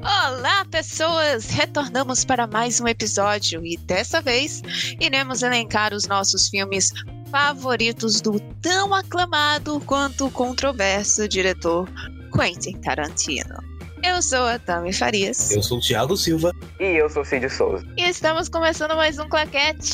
Olá, pessoas! Retornamos para mais um episódio e dessa vez iremos elencar os nossos filmes favoritos do tão aclamado quanto controverso diretor Quentin Tarantino. Eu sou a Tami Farias. Eu sou o Thiago Silva. E eu sou o Cid Souza. E estamos começando mais um Claquete.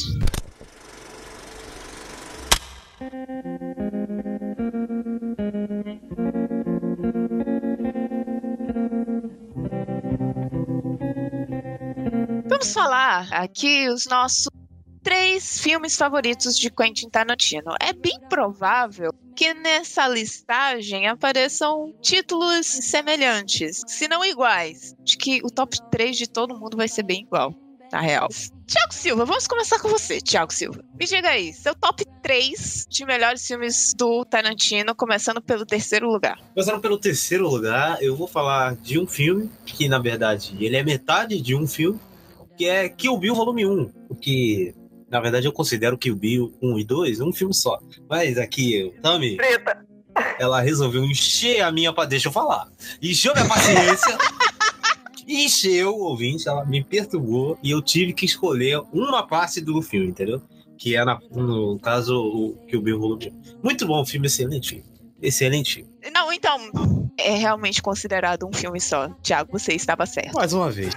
Vamos falar aqui os nossos 3 filmes favoritos de Quentin Tarantino. É bem provável que nessa listagem apareçam títulos semelhantes, se não iguais. Acho que o top 3 de todo mundo vai ser bem igual, na real. Thiago Silva, vamos começar com você, Thiago Silva. Me diga aí, seu top 3 de melhores filmes do Tarantino, começando pelo terceiro lugar. Começando pelo terceiro lugar, eu vou falar de um filme que, na verdade, ele é metade de um filme, que é Kill Bill Volume 1, o que, na verdade, eu considero Kill Bill 1 e 2 um filme só. Mas aqui, Tami, ela resolveu encher a minha... Deixa eu falar. Encheu minha paciência... Encheu o ouvinte, ela me perturbou e eu tive que escolher uma parte do filme, entendeu? Que é, no caso, o Kill Bill Volume 1. Muito bom o filme, excelente filme. Excelente filme. Não, então, é realmente considerado um filme só. Thiago, você estava certo. Mais uma vez.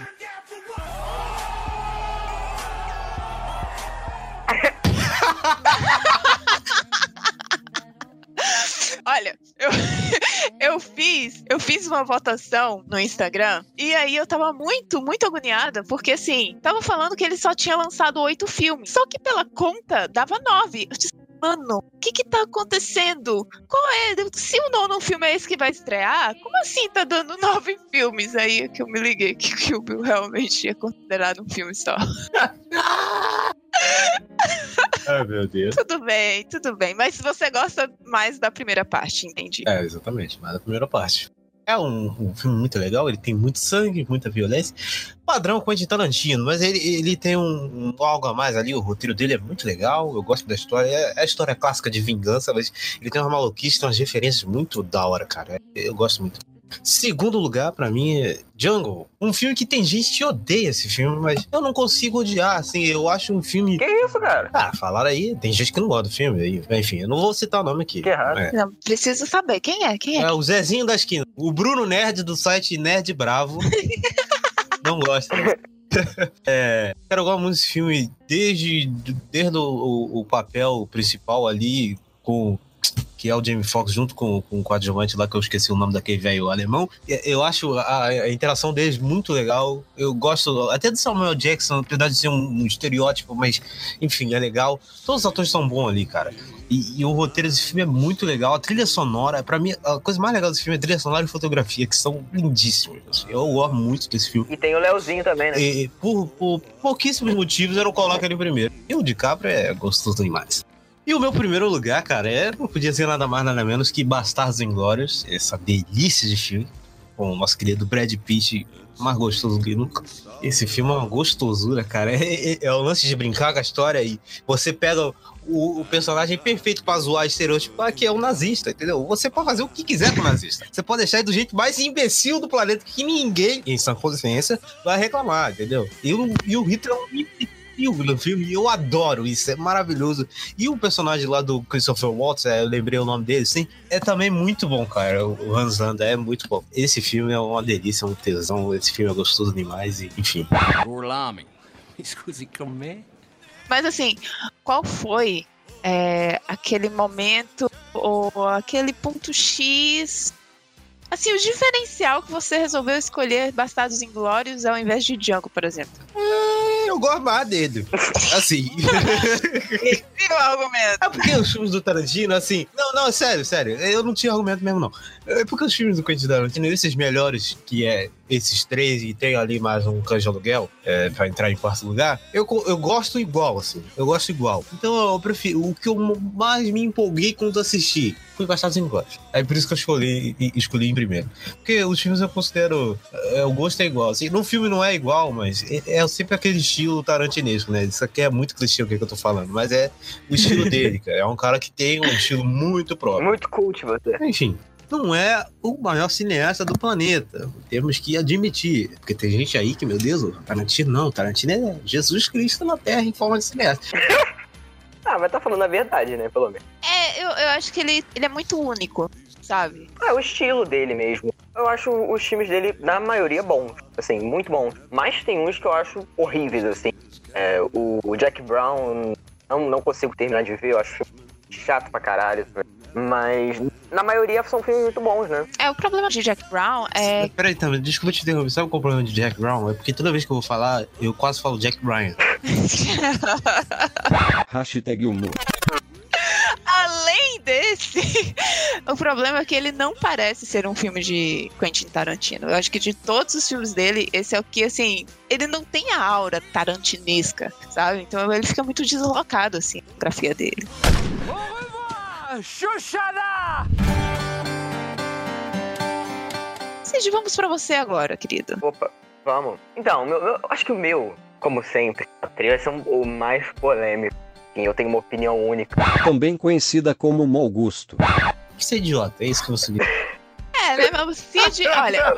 Olha, eu fiz uma votação no Instagram e aí eu tava muito agoniada, porque assim, tava falando que ele só tinha lançado 8 filmes, só que pela conta dava 9. Eu disse, mano, o que tá acontecendo? Qual é? Se o 9º filme é esse que vai estrear, como assim tá dando 9 filmes? Aí é que eu me liguei que o Bill realmente é considerado um filme só. Ai, meu Deus. Tudo bem. Mas você gosta mais da primeira parte, entendi. É, exatamente, mais da primeira parte. É um filme muito legal, ele tem muito sangue, muita violência. Padrão Quentin Tarantino, mas ele tem algo a mais ali, o roteiro dele é muito legal, eu gosto da história. É a história clássica de vingança, mas ele tem uma maluquice, tem umas referências muito da hora, cara. Eu gosto muito. Segundo lugar, pra mim, é Django. Um filme que tem gente que odeia esse filme, mas eu não consigo odiar, assim, eu acho um filme... Que isso, cara? Ah, falaram aí, tem gente que não gosta do filme, aí. Enfim, eu não vou citar o nome aqui. Que errado. Não, preciso saber, quem é? É o Zezinho da esquina, o Bruno Nerd do site Nerd Bravo. Não gosta. Cara, eu gosto muito desse filme desde o papel principal ali, que é o Jamie Foxx, junto com o coadjuvante lá, que eu esqueci o nome daquele velho alemão. Eu acho a interação deles muito legal. Eu gosto até do Samuel Jackson, apesar de ser um estereótipo, mas, enfim, é legal. Todos os atores são bons ali, cara. E o roteiro desse filme é muito legal. A trilha sonora, pra mim, a coisa mais legal desse filme é a trilha sonora e fotografia, que são lindíssimos. Assim. Eu gosto muito desse filme. E tem o Leozinho também, né? E por pouquíssimos motivos eu não coloco ele em primeiro. E o DiCaprio é gostoso demais. E o meu primeiro lugar, cara, não podia ser nada mais, nada menos que Bastardos Inglórios, essa delícia de filme, com o nosso querido Brad Pitt, mais gostoso do que nunca. Esse filme é uma gostosura, cara. É o lance de brincar com a história e você pega o personagem perfeito pra zoar estereótipo, que é um nazista, entendeu? Você pode fazer o que quiser com o nazista. Você pode deixar ele do jeito mais imbecil do planeta, que ninguém, em sã consciência, vai reclamar, entendeu? E o Hitler é um no filme, eu adoro isso, é maravilhoso. E o personagem lá do Christopher Waltz, eu lembrei o nome dele, sim, é também muito bom, cara. O Hans Landa é muito bom. Esse filme é uma delícia, é um tesão. Esse filme é gostoso demais, e, enfim. Mas assim, qual foi aquele momento ou aquele ponto X, assim, o diferencial que você resolveu escolher Bastardos Inglórios ao invés de Django, por exemplo? Eu gosto mais dele. Assim. E o argumento? É porque os filmes do Tarantino, assim... Não, sério. Eu não tinha argumento mesmo, não. É porque os filmes do Quentin Tarantino, esses melhores, que é esses 3 e tem ali mais um Cães de Aluguel, pra entrar em quarto lugar, eu gosto igual, assim. Eu gosto igual. Então eu prefiro... O que eu mais me empolguei quando assisti foi Bastardos Inglórios. É por isso que eu escolhi em primeiro. Porque os filmes eu considero... o gosto é igual. Assim, no filme não é igual, mas é sempre aquele estilo tarantinesco, né? Isso aqui é muito clichê o que eu tô falando, mas é o estilo dele, cara. É um cara que tem um estilo muito próprio. Muito cult, você. Enfim, não é o maior cineasta do planeta. Temos que admitir. Porque tem gente aí que, meu Deus, o Tarantino não. O Tarantino é Jesus Cristo na Terra em forma de cineasta. Mas tá falando a verdade, né, pelo menos. Eu acho que ele é muito único, sabe? É o estilo dele mesmo. Eu acho os filmes dele, na maioria, bons. Assim, muito bons. Mas tem uns que eu acho horríveis, assim. O Jack Brown, não consigo terminar de ver. Eu acho chato pra caralho. Mas, na maioria, são filmes muito bons, né? O problema de Jack Brown é... Peraí, então, desculpa te interromper. Sabe qual é o problema de Jack Brown? É porque toda vez que eu vou falar, eu quase falo Jack Bryan. Hashtag humor. Além desse, o problema é que ele não parece ser um filme de Quentin Tarantino. Eu acho que de todos os filmes dele, esse é o que, assim, ele não tem a aura tarantinesca, sabe? Então ele fica muito deslocado, assim, a fotografia dele. Xuxará! Cid, vamos pra você agora, querido. Opa, vamos. Então, eu acho que o meu, como sempre, a trilha é o mais polêmico. Eu tenho uma opinião única. Também conhecida como mau gosto. Você é idiota, é isso que você diz. Né? Mas o Cid, olha...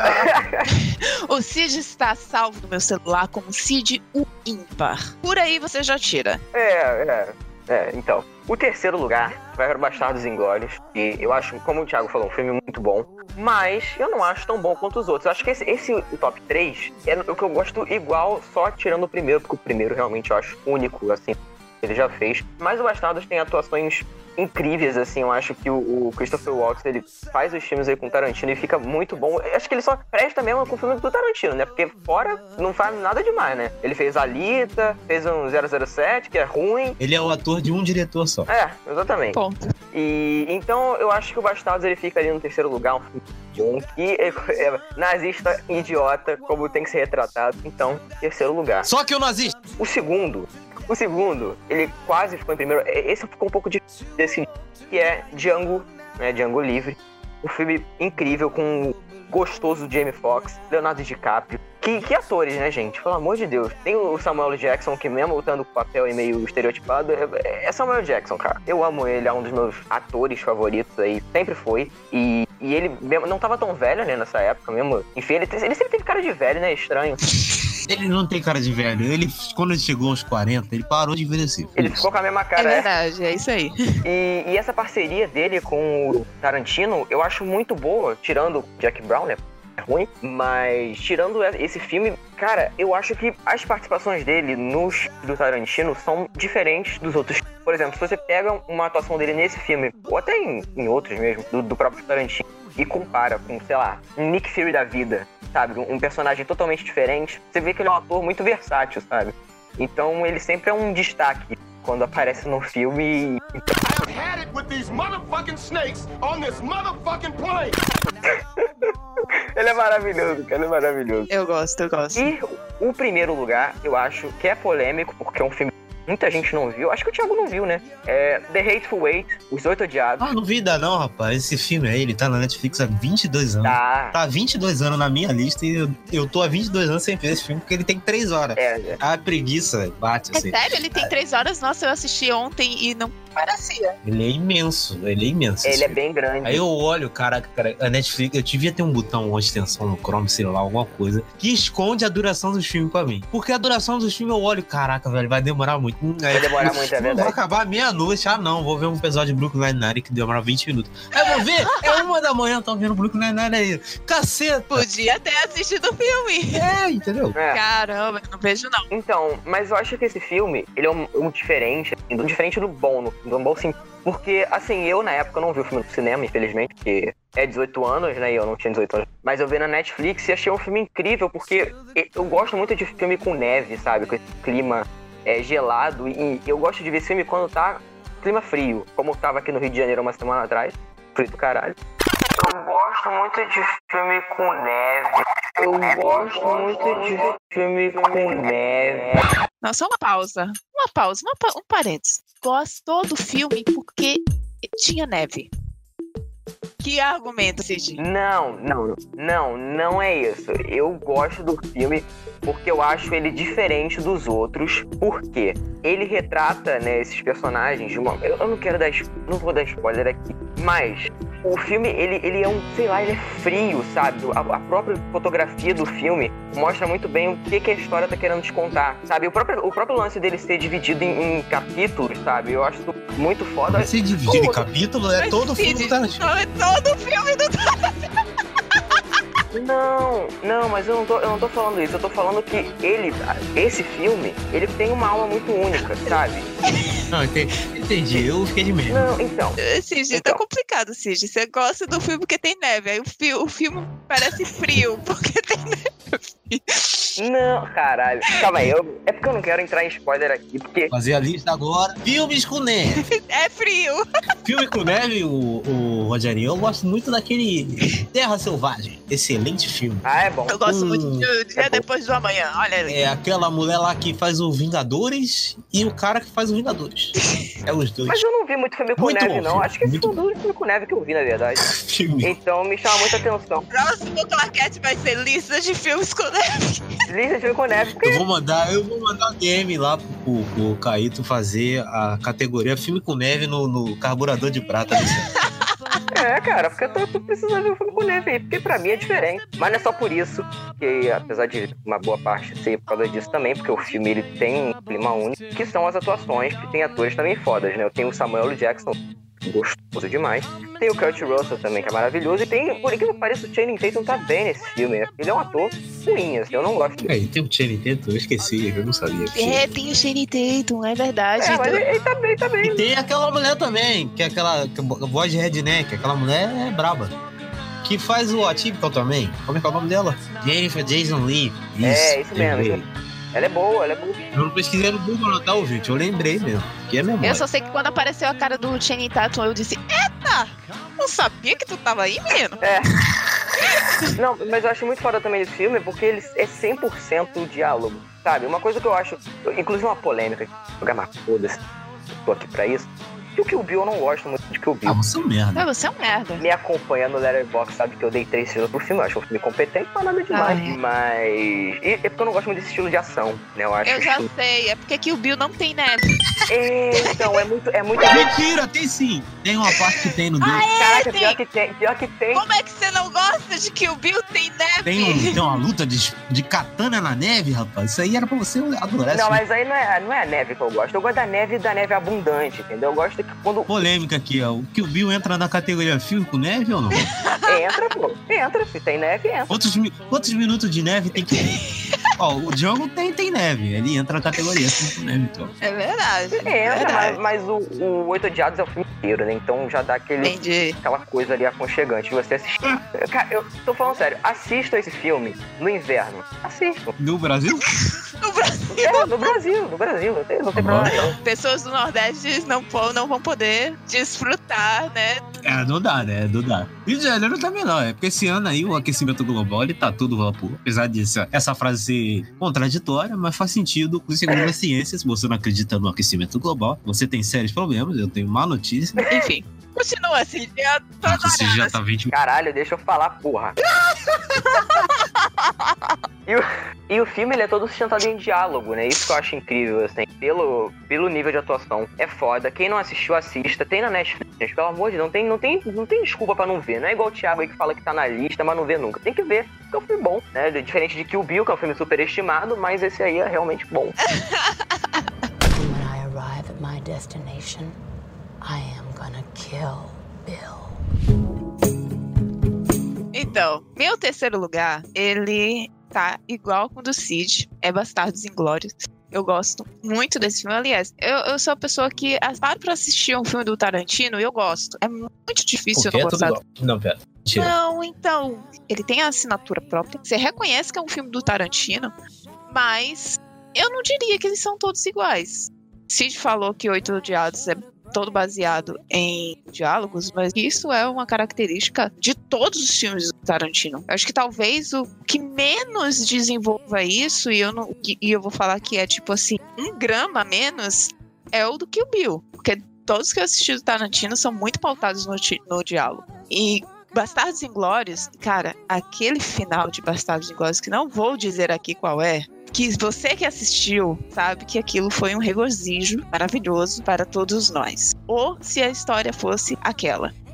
o Cid está salvo no meu celular como Cid o ímpar. Por aí você já tira. Então. O terceiro lugar vai para Bastardos Inglórios. E eu acho, como o Thiago falou, um filme muito bom. Mas eu não acho tão bom quanto os outros. Eu acho que o top 3 é o que eu gosto igual, só tirando o primeiro. Porque o primeiro realmente eu acho único, assim, ele já fez. Mas o Bastardos tem atuações incríveis, assim. Eu acho que o Christopher Waltz, ele faz os filmes aí com o Tarantino e fica muito bom. Eu acho que ele só presta mesmo com o filme do Tarantino, né? Porque fora não faz nada demais, né? Ele fez Alita, fez um 007, que é ruim. Ele é o ator de um diretor só. Exatamente. Ponto. E então eu acho que o Bastardos, ele fica ali no terceiro lugar, um filme bom, que é nazista idiota, como tem que ser retratado. Então, terceiro lugar. Só que o nazista! O segundo, ele quase ficou em primeiro. Esse ficou um pouco difícil de decidir, que é Django, né? Django Livre. Um filme incrível com gostoso Jamie Foxx, Leonardo DiCaprio. Que atores, né, gente? Pelo amor de Deus. Tem o Samuel L. Jackson, que mesmo lutando com o papel meio estereotipado, é Samuel L. Jackson, cara. Eu amo ele, é um dos meus atores favoritos aí, sempre foi. E ele não tava tão velho, né, nessa época mesmo. Enfim, ele sempre teve cara de velho, né? Estranho. Ele não tem cara de velho. Quando ele chegou aos 40, ele parou de envelhecer. Ele ficou com a mesma cara. É verdade, é isso aí. E essa parceria dele com o Tarantino, eu acho muito boa, tirando Jack Brown, né? É ruim, mas tirando esse filme, cara, eu acho que as participações dele do Tarantino são diferentes dos outros. Por exemplo, se você pega uma atuação dele nesse filme, ou até em outros mesmo, do próprio Tarantino, e compara com, sei lá, um Nick Fury da vida, sabe? Um personagem totalmente diferente, você vê que ele é um ator muito versátil, sabe? Então ele sempre é um destaque quando aparece no filme. Ele é maravilhoso, cara, ele é maravilhoso. Eu gosto. E o primeiro lugar, eu acho que é polêmico, porque é um filme que muita gente não viu. Acho que o Thiago não viu, né? É The Hateful Eight, Os Oito Odiados. Não vi ainda não, rapaz. Esse filme aí, ele tá na Netflix há 22 anos. Tá há 22 anos na minha lista e eu tô há 22 anos sem ver esse filme, porque ele tem 3 horas. A preguiça bate, assim. É sério? Ele tem 3 horas? Nossa, eu assisti ontem e não parecia. Ele é imenso. Ele é bem grande. Aí eu olho, caraca, a Netflix, eu devia ter um botão, uma extensão no Chrome, sei lá, alguma coisa, que esconde a duração dos filmes pra mim. Porque a duração dos filmes eu olho, caraca, velho, vai demorar muito. Vai demorar muito, é verdade. Vai acabar meia-noite, vou ver um episódio de Brooklyn Nine-Nine que demora 20 minutos. Eu vou ver, é 1 da manhã, tô vendo Brooklyn Nine-Nine aí. Caceta! Podia ter assistido o filme. Entendeu? Caramba, não vejo não. Então, mas eu acho que esse filme, ele é um diferente, assim, diferente do bom, no bom sentido. Porque, assim, eu na época não vi o filme no cinema, infelizmente, porque é 18 anos, né, e eu não tinha 18 anos. Mas eu vi na Netflix e achei um filme incrível, porque eu gosto muito de filme com neve, sabe, com esse clima gelado, e eu gosto de ver esse filme quando tá clima frio, como eu tava aqui no Rio de Janeiro uma semana atrás, frio do caralho. Eu gosto muito de filme com neve. Nossa, uma pausa, um parênteses. Gostou do filme porque tinha neve. Que argumento, Cid? Não é isso. Eu gosto do filme porque eu acho ele diferente dos outros. Porque ele retrata, né, esses personagens de uma... Eu não vou dar spoiler aqui, mas o filme, ele é um, sei lá, ele é frio, sabe? A própria fotografia do filme mostra muito bem o que a história tá querendo te contar, sabe? O próprio lance dele ser dividido em capítulos, sabe? Eu acho isso muito foda. Se dividir em capítulo é todo o filme do Tarantino. Não, é todo o filme do Tarantino. Não, mas eu não tô falando isso. Eu tô falando que esse filme, ele tem uma alma muito única, sabe? Não, entendi. Eu fiquei de medo. Não, então. Cid, Então. tá complicado, Cid. Você gosta do filme porque tem neve. Aí o filme parece frio porque tem neve. Não, caralho. Calma aí, é porque eu não quero entrar em spoiler aqui, porque... Fazer a lista agora. Filmes com neve. É frio. Filme com neve, o Rogerinho, eu gosto muito daquele Terra Selvagem. Excelente filme. Ah, é bom. Eu gosto muito de Dia Depois do Amanhã. Olha ali. É aquela mulher lá que faz o Vingadores e o cara que faz o Vingadores. É os dois. Mas eu não vi muito filme com Muito neve, bom não. filme, Acho que esse muito foi o único filme com neve que eu vi, na verdade. Filme. Então me chama muita atenção. Próximo claquete vai ser lista de filmes com neve. Lista de filme com neve, porque... Eu vou mandar um DM lá pro Caíto fazer a categoria filme com neve no carburador de prata. É, cara, porque eu tô precisando ver um filme com neve aí, porque pra mim é diferente. Mas não é só por isso, que apesar de uma boa parte ser por causa disso também, porque o filme ele tem um clima único, que são as atuações, que tem atores também fodas, né? Eu tenho o Samuel L. Jackson, gostoso demais. Tem o Kurt Russell também, que é maravilhoso. E tem, por incrível que pareça, o Channing Tatum tá bem nesse filme, né? Ele é um ator ruim, assim, eu não gosto dele. Aí, tem o Channing Tatum, eu esqueci, eu não sabia. É, tem o Channing Tatum, é verdade. É, mas ele tá bem, tá bem. E tem aquela mulher também, que é aquela voz de redneck, aquela mulher é braba. Que faz o Atypical também. Como é que é o nome dela? Jennifer Jason Leigh. Isso mesmo. lembrei. Ela é boa, ela é boa. Eu não pesquisei no Google, não, tá, ouvinte? Eu lembrei mesmo. Que é memória. Eu só sei que quando apareceu a cara do Channing Tatum, eu disse, eita! Não sabia que tu tava aí, menino? É. Não, mas eu acho muito foda também esse filme, porque ele é 100% diálogo, sabe? Uma coisa que eu acho, inclusive uma polêmica, mas foda-se, tô aqui pra isso. E o Kill Bill eu não gosto muito de Kill Bill. Ah, você é um merda. Você é um merda. Me acompanha no Letterboxd, sabe que eu dei 3 estrelas pro filme, eu acho um filme competente, não é nada demais. Ah, é. Mas... E é porque eu não gosto muito desse estilo de ação, né? Eu acho Eu já sei, é porque que o Bill não tem neve. Então, é muito... Mentira, tem sim. Tem uma parte que tem no Bill. Caraca, tem. pior que tem. Como é que você não gosta de que o Bill tem neve? Tem uma luta de katana na neve, rapaz. Isso aí era pra você adorar. Não, mas aí não é a neve que eu gosto. Eu gosto da neve abundante, entendeu? Eu gosto que quando... Polêmica aqui, ó. O Kill Bill entra na categoria filme com neve ou não? Entra, pô. Entra. Se tem neve, entra. Quantos minutos de neve tem que ter? Ó, o Django tem neve. Ele entra na categoria filme com neve, então. É verdade. Entra, mas o Oito Odiados é o filme inteiro, né? Então já dá Entendi. aquela coisa ali aconchegante de você assistir. Cara, eu tô falando sério. Assistam esse filme no inverno. Assistam. No Brasil? No Brasil, No Brasil. Não tem problema não. pessoas do Nordeste não vão poder desfrutar, né? É, não dá, né? Não dá. Rio de Janeiro também não. É porque esse ano aí o aquecimento global, ele tá tudo vapor. Apesar disso, essa frase ser contraditória, mas faz sentido segundo a ciência. Se você não acredita no aquecimento global, você tem sérios problemas. Eu tenho má notícia. Enfim, continua assim. Eu tô Você adorando. já tá 20. Caralho, deixa eu falar, porra. E o filme, ele é todo sustentado em diálogo, né? Isso que eu acho incrível, assim. Pelo nível de atuação. É foda. Quem não assistiu, assista. Tem na Netflix, gente. Pelo amor de Deus, não tem desculpa pra não ver. Não é igual o Thiago aí que fala que tá na lista, mas não vê nunca. Tem que ver. Porque é um filme bom, né? Diferente de Kill Bill, que é um filme superestimado, mas esse aí é realmente bom. When I arrive at my destination, I am gonna kill Bill. Então, meu terceiro lugar, ele tá igual com o do Cid. É Bastardos Inglórios. Eu gosto muito desse filme. Aliás, eu sou a pessoa que paro pra assistir um filme do Tarantino e eu gosto. É muito difícil eu não gostar. Não, pera. Mentira. Não, então, ele tem a assinatura própria. Você reconhece que é um filme do Tarantino, mas eu não diria que eles são todos iguais. Cid falou que Oito Odiados é todo baseado em diálogos, mas isso é uma característica de todos os filmes do Tarantino. Eu acho que talvez o que menos desenvolva isso, e eu vou falar que é tipo assim, 1 grama a menos, é o do Kill Bill. Porque todos que eu assisti do Tarantino são muito pautados no diálogo. E Bastardos Inglórios, cara, aquele final de Bastardos Inglórios, que não vou dizer aqui qual é, que você que assistiu sabe que aquilo foi um regozijo maravilhoso para todos nós. Ou se a história fosse aquela.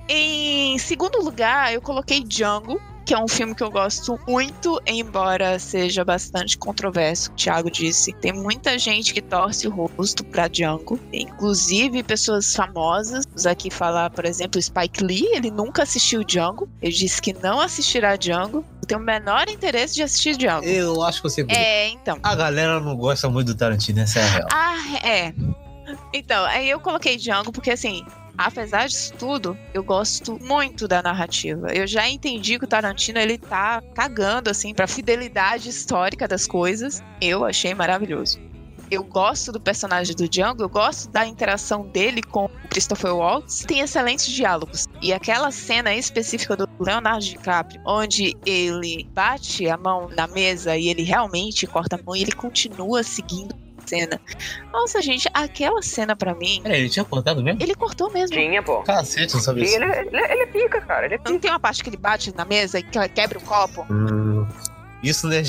Em segundo lugar, eu coloquei Django, que é um filme que eu gosto muito, embora seja bastante controverso. O Thiago disse, tem muita gente que torce o rosto pra Django, inclusive pessoas famosas. Vamos aqui falar, por exemplo, Spike Lee, ele nunca assistiu Django, ele disse que não assistirá Django. Eu tenho o menor interesse de assistir Django. Eu acho que você... Então. A galera não gosta muito do Tarantino, essa é a real. Então, aí eu coloquei Django porque, assim, apesar disso tudo, eu gosto muito da narrativa. Eu já entendi que o Tarantino, ele tá cagando, assim, pra fidelidade histórica das coisas. Eu achei maravilhoso. Eu gosto do personagem do Django, eu gosto da interação dele com o Christopher Waltz. Tem excelentes diálogos. E aquela cena específica do Leonardo DiCaprio, onde ele bate a mão na mesa e ele realmente corta a mão e ele continua seguindo cena. Nossa, gente, aquela cena pra mim... Peraí, ele tinha cortado mesmo? Ele cortou mesmo. Tinha, pô. Cacete, não sabia Sim, isso. ele é pica, cara. Ele é Não pica. tem uma parte que ele bate na mesa e quebra o copo? Isso não é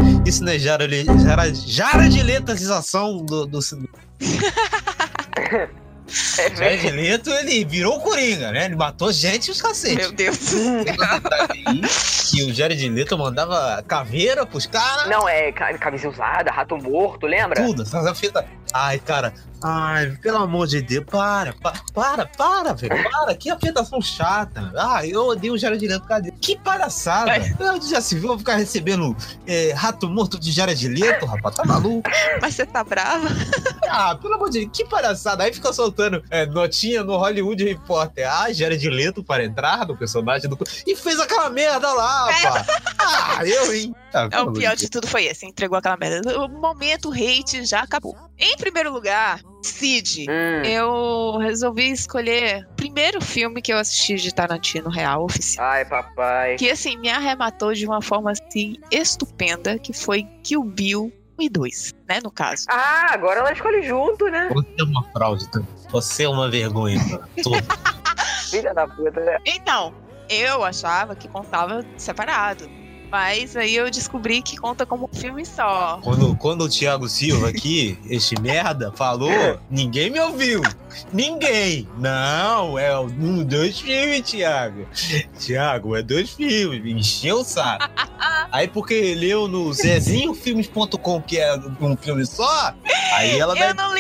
jaradiletização do cinema. Jared Leto, ele virou o Coringa, né? Ele matou gente e os cacetes. Meu Deus. E o Jared Leto mandava caveira pros caras. Não, é camisa usada, rato morto, lembra? Tudo, essa fita. Ai, cara. Ai, pelo amor de Deus, para, velho. Para, que afetação chata. Ah, eu odeio o Jared Leto, cadê? Que palhaçada. Eu já se viu ficar recebendo rato morto de Jared Leto, rapaz, tá maluco? Mas você tá brava? Ah, pelo amor de Deus, que palhaçada. Aí fica soltando notinha no Hollywood Reporter. Ah, Jared Leto para entrar no personagem do... E fez aquela merda lá, pá. Ah, eu, hein? Ah, O pior de tudo foi esse, entregou aquela merda. O momento hate já acabou. Em primeiro lugar, Cid. Eu resolvi escolher o primeiro filme que eu assisti de Tarantino real, oficial. Ai, papai. Que, assim, me arrematou de uma forma, assim, estupenda, que foi Kill Bill 1 e 2, né, no caso. Ah, agora ela escolhe junto, né? Você é uma fraude, tá? Você é uma vergonha, cara. Tudo. Filha da puta, né? Então, eu achava que contava separado. Mas aí eu descobri que conta como um filme só. Quando o Thiago Silva aqui, este merda, falou, ninguém me ouviu. Ninguém. Não, é dois filmes, Thiago. Thiago, é 2 filmes. Me encheu o saco. Aí porque leu no zezinhofilmes.com, que é um filme só, aí ela Eu não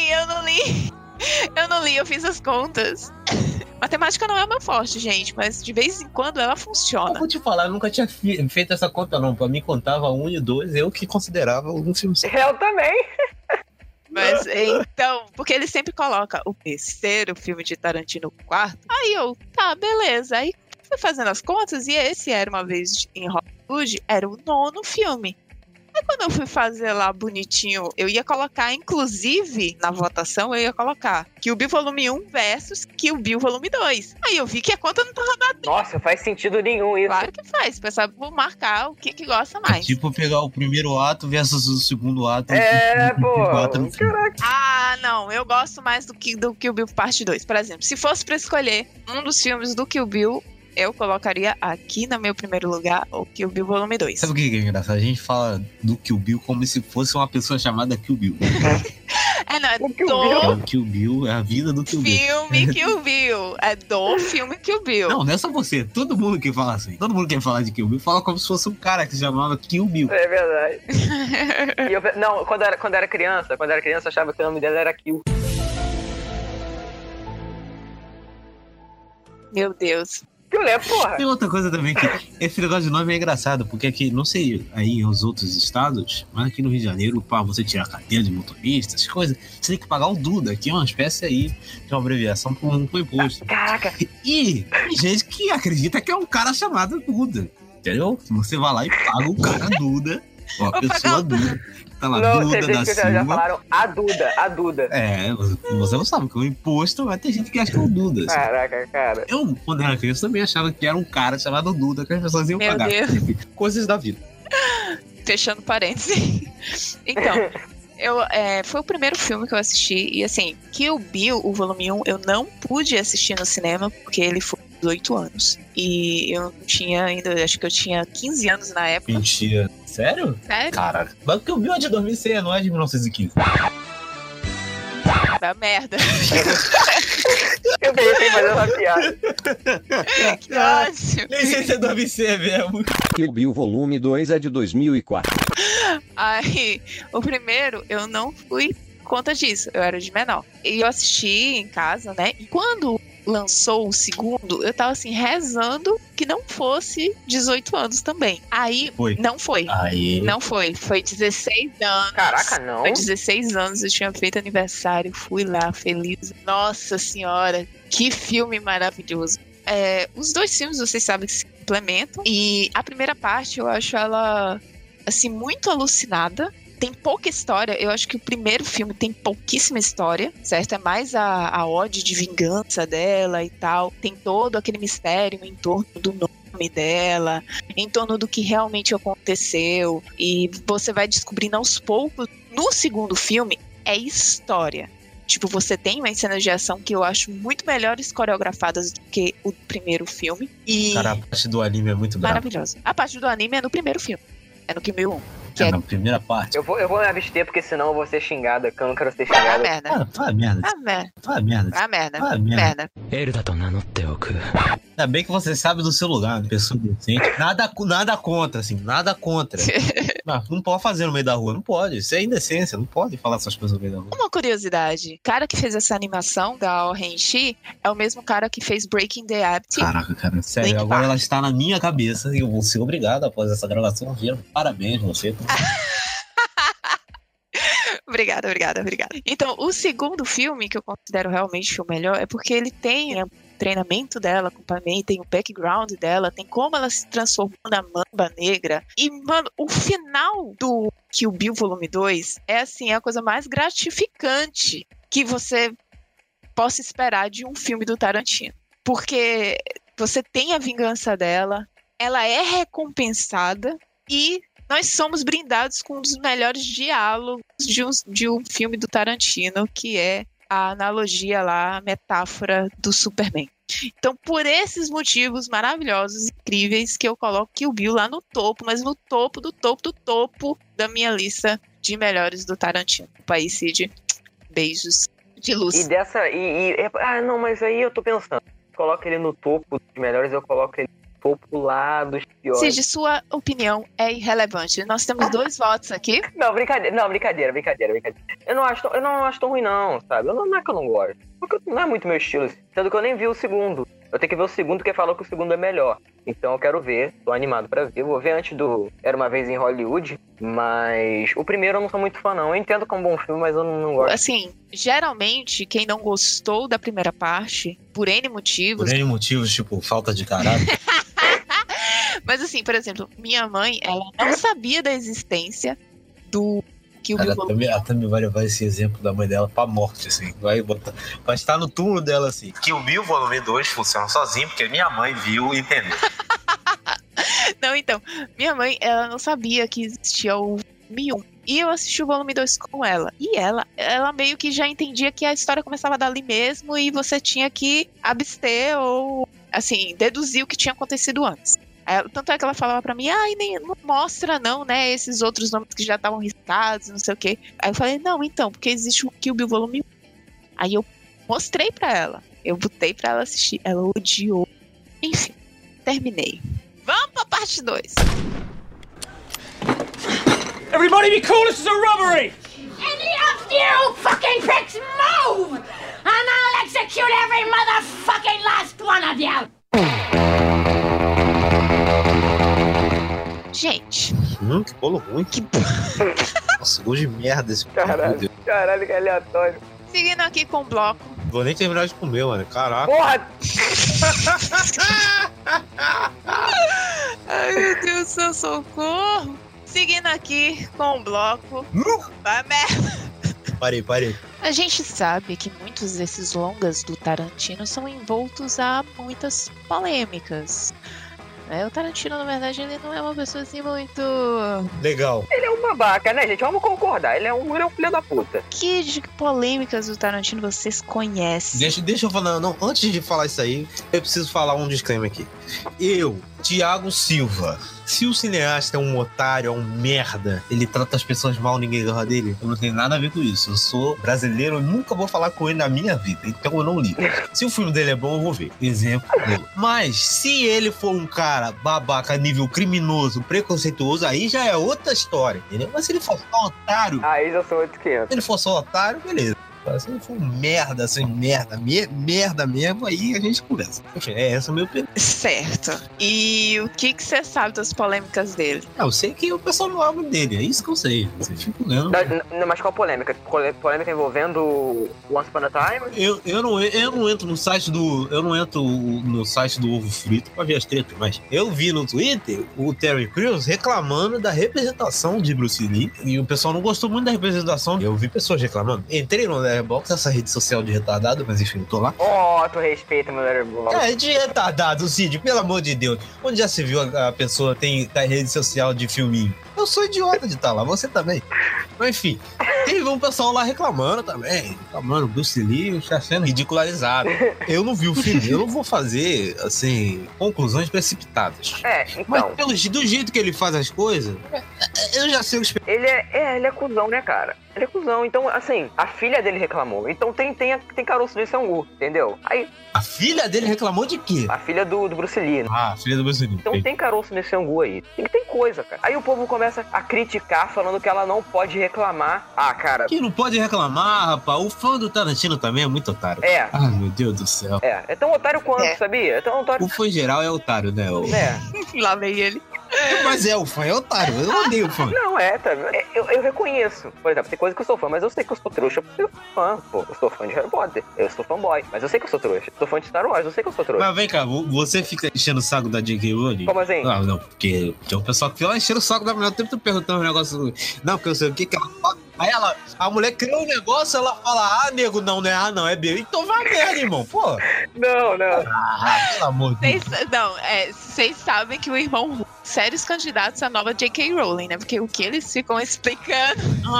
li, eu fiz as contas. Matemática não é o meu forte, gente, mas de vez em quando ela Eu funciona. vou te falar, eu nunca tinha feito essa conta, não. Pra mim contava 1 e 2, eu que considerava um filme só. Eu também. Mas então, porque ele sempre coloca o terceiro filme de Tarantino, o quarto. Aí eu, tá, beleza. Aí fui fazendo as contas e esse Era Uma Vez em Hollywood era o 9º filme. Aí quando eu fui fazer lá bonitinho, eu ia colocar, inclusive, na votação, eu ia colocar Kill Bill Volume 1 versus Kill Bill Volume 2. Aí eu vi que a conta não tava batendo. Nossa, faz sentido nenhum isso. Claro que faz, pessoal, vou marcar o que gosta mais. Tipo pegar o primeiro ato versus o segundo ato. É, pô. No filme. Caraca. Ah, não, eu gosto mais do Kill Bill Parte 2. Por exemplo, se fosse pra escolher um dos filmes do Kill Bill, eu colocaria aqui no meu primeiro lugar o Kill Bill Volume 2. Sabe o que é engraçado? A gente fala do Kill Bill como se fosse uma pessoa chamada Kill Bill. Não, é O Kill do Bill. O Kill Bill é a vida do Kill Bill. filme Kill Bill. É do filme Kill Bill. Não é só você. Todo mundo que fala assim. Todo mundo que falar de Kill Bill fala como se fosse um cara que se chamava Kill Bill. É verdade. Não, quando era criança, eu achava que o nome dela era Kill. Meu Deus. Kill é, porra. Tem outra coisa também que esse negócio de nome é engraçado, porque aqui, não sei aí nos outros estados, mas aqui no Rio de Janeiro, pra você tirar a carteira de motorista, essas coisas, você tem que pagar o Duda, que é uma espécie aí de uma abreviação pro imposto. Caraca. E tem gente que acredita que é um cara chamado Duda, entendeu? Você vai lá e paga o cara Duda, ó, a pessoa Duda. Tá lá, Não, Duda você da vê que Silva. já falaram a Duda. É, você não sabe que o imposto vai ter gente que acha que é o Duda. Assim. Caraca, cara. Eu, quando era criança, também achava que era um cara chamado Duda que as pessoas iam Meu pagar. Deus. Enfim, coisas da vida. Fechando parênteses. Então, foi o primeiro filme que eu assisti. E assim, Kill Bill, o volume 1, eu não pude assistir no cinema porque ele foi 18 anos. E eu não tinha ainda, acho que eu tinha 15 anos na época. Mentira. Sério? Sério? Caraca. Mas o que eu vi é de 2006, não é de 1915. Da merda. Eu pensei em fazer uma piada. Que ótimo. Nem sei se é do ABC mesmo. Kill Bill Volume 2 é de 2004. Aí, o primeiro, eu não fui conta disso. Eu era de menor. E eu assisti em casa, né? E quando lançou o segundo, eu tava assim, rezando que não fosse 18 anos também. Aí, Foi. não foi. Aí. Não foi. Foi 16 anos. Caraca, não. Foi 16 anos, eu tinha feito aniversário, fui lá, feliz. Nossa senhora, que filme maravilhoso. Os dois filmes, vocês sabem que se complementam. E a primeira parte, eu acho ela, assim, muito alucinada. Tem pouca história. Eu acho que o primeiro filme tem pouquíssima história, certo? É mais a ode de vingança dela e tal. Tem todo aquele mistério em torno do nome dela, em torno do que realmente aconteceu. E você vai descobrindo aos poucos. No segundo filme, é história. Tipo, você tem umas cenas de ação que eu acho muito melhores coreografadas do que o primeiro filme. E Cara, a parte do anime é muito brava. maravilhosa. A parte do anime é no primeiro filme. É no Kill Bill 1. Que Na primeira parte. Eu vou me abster, porque senão eu vou ser xingada, que eu não quero ser a xingada. merda. Ah, vai merda. A merda. Vai merda. A merda. Ah, merda. Merda. Ainda bem que você sabe do seu lugar, né? Pessoa decente. Nada contra, assim. Nada contra. Mas não pode fazer no meio da rua. Não pode. Isso é indecência. Não pode falar essas coisas no meio da rua. Uma curiosidade. O cara que fez essa animação da Orenchi é o mesmo cara que fez Breaking the Habit. Caraca, cara. Sério, Link agora Park. ela está na minha cabeça e eu vou ser obrigado após essa gravação. Parabéns, você. Obrigada. Então, o segundo filme, que eu considero realmente o melhor, é porque ele tem o treinamento dela, acompanhamento, tem o background dela, tem como ela se transformou na Mamba Negra. E, mano, o final do Kill Bill Volume 2 é, assim, a coisa mais gratificante que você possa esperar de um filme do Tarantino. Porque você tem a vingança dela, ela é recompensada e nós somos brindados com um dos melhores diálogos de um filme do Tarantino, que é a analogia lá, a metáfora do Superman. Então, por esses motivos maravilhosos, incríveis, que eu coloco Kill Bill lá no topo, mas no topo do topo da minha lista de melhores do Tarantino. País Cid, beijos de luz. E dessa. Não, mas aí eu tô pensando. Coloco ele no topo dos melhores, eu coloco ele no topo lá dos piores. Cid, sua opinião é irrelevante. Nós temos 2 votos aqui. Não, brincadeira. Eu não acho tão ruim, não, sabe? Não é que eu não gosto. Porque não é muito meu estilo. Sendo que eu nem vi o segundo. Eu tenho que ver o segundo, porque falou que o segundo é melhor. Então eu quero ver, tô animado pra ver. Eu vou ver antes do Era Uma Vez em Hollywood, mas o primeiro eu não sou muito fã, não. Eu entendo como um bom filme, mas eu não gosto. Assim, geralmente, quem não gostou da primeira parte, por N motivos... Por N motivos, tipo, falta de caráter. Mas assim, por exemplo, minha mãe, ela não sabia da existência do Kill Bill Volume. Ela também vai levar esse exemplo da mãe dela pra morte, assim. Vai estar no túmulo dela, assim. Kill Bill Volume 2 funciona sozinho, porque minha mãe viu e entendeu. Não, então, minha mãe, ela não sabia que existia o volume 1. E eu assisti o volume 2 com ela. E ela meio que já entendia que a história começava dali mesmo e você tinha que abster ou, assim, deduzir o que tinha acontecido antes. Tanto é que ela falava pra mim, nem não mostra não, né, esses outros nomes que já estavam riscados, não sei o quê. Aí eu falei, não, então, porque existe o Kill Bill Volume 1. Aí eu mostrei pra ela, eu botei pra ela assistir, ela odiou. Enfim, terminei. Vamos pra parte 2. Everybody be cool, this is a robbery! Any of you fucking pricks move! And I'll execute every motherfucking last one of you! Gente, Que bolo ruim. Nossa, gosto de merda esse Caralho, que aleatório. seguindo aqui com o bloco. Vou nem terminar de comer, mano. Caraca. Porra! Ai, meu Deus do céu, socorro. Seguindo aqui com o bloco. Vai merda. Parei. A gente sabe que muitos desses longas do Tarantino são envoltos a muitas polêmicas. O Tarantino, na verdade, ele não é uma pessoa assim muito... Legal. Ele é um babaca, né, gente? Vamos concordar. Ele é um filho da puta. Que de polêmicas do Tarantino vocês conhecem? Deixa eu falar, não, antes de falar isso aí, eu preciso falar um disclaimer aqui. Eu, Tiago Silva. Se o cineasta é um otário, é um merda, ele trata as pessoas mal, ninguém gosta dele, eu não tenho nada a ver com isso. Eu sou brasileiro, eu nunca vou falar com ele na minha vida, então eu não ligo. Se o filme dele é bom, eu vou ver. Exemplo dele. Mas, se ele for um cara babaca, nível criminoso, preconceituoso, aí já é outra história, entendeu? Mas se ele for só otário... Aí já são 800. Se ele for só otário, beleza. Se ele for merda, assim, merda mesmo, aí a gente conversa. Enfim, essa é a minha opinião. Certo. E o que você sabe das polêmicas dele? Eu sei que o pessoal não ama dele, é isso que eu sei. Você fica olhando. Não, mas qual polêmica? Polêmica envolvendo Once Upon a Time? Eu não entro no site do. Eu não entro no site do Ovo Frito pra ver as tretas, mas eu vi no Twitter o Terry Crews reclamando da representação de Bruce Lee. E o pessoal não gostou muito da representação. Eu vi pessoas reclamando. Entrei no Letterboxd, essa rede social de retardado, mas enfim, eu tô lá. Tu respeita meu Letterboxd. É, de retardado, Cid, pelo amor de Deus. Onde já se viu a pessoa tem rede social de filminho? Eu sou idiota de estar lá, você também. Mas enfim, teve um pessoal lá reclamando também. Reclamando, Bruce Lee está sendo ridicularizado. Eu não vi o filme, eu não vou fazer, assim, conclusões precipitadas. Então. Mas do jeito que ele faz as coisas, eu já sei o que ele é cuzão, né, cara? Ele é cuzão. Então, assim, a filha dele reclamou. Então tem caroço de sangu, entendeu? Aí. A filha dele reclamou de quê? A filha do Bruce Lee. Ah, a filha do Bruce Lee. Então tem caroço nesse angu aí. E tem coisa, cara. Aí o povo começa a criticar, falando que ela não pode reclamar. Ah, cara. Que não pode reclamar, rapaz. O fã do Tarantino também é muito otário. Ai, meu Deus do céu. É tão otário quanto, sabia? É tão otário. O fã em geral é otário, né? Lá vem ele. Mas o fã é otário. Eu odeio o fã. Não, tá. Eu reconheço. Por exemplo, tem coisa que eu sou fã, mas eu sei que eu sou trouxa porque eu sou fã. Pô, eu sou fã de Harry Potter. Eu sou fanboy. Mas eu sei que eu sou trouxa. Sou fã de Star Wars, eu sei que eu sou trouxa. Mas vem cá, você fica enchendo o saco da J.K. Rowling? Como assim? Não, porque tem um pessoal que fica lá enchendo o saco da mulher. Eu tempo perguntando um negócio. Não, porque eu sei o que ela fala. Aí a mulher criou um negócio, ela fala, nego, não é não, é B. Então vai merda, irmão, pô. Não. Pelo amor de Deus. Vocês sabem que o irmão sérios candidatos à nova J.K. Rowling, né? Porque o que eles ficam explicando...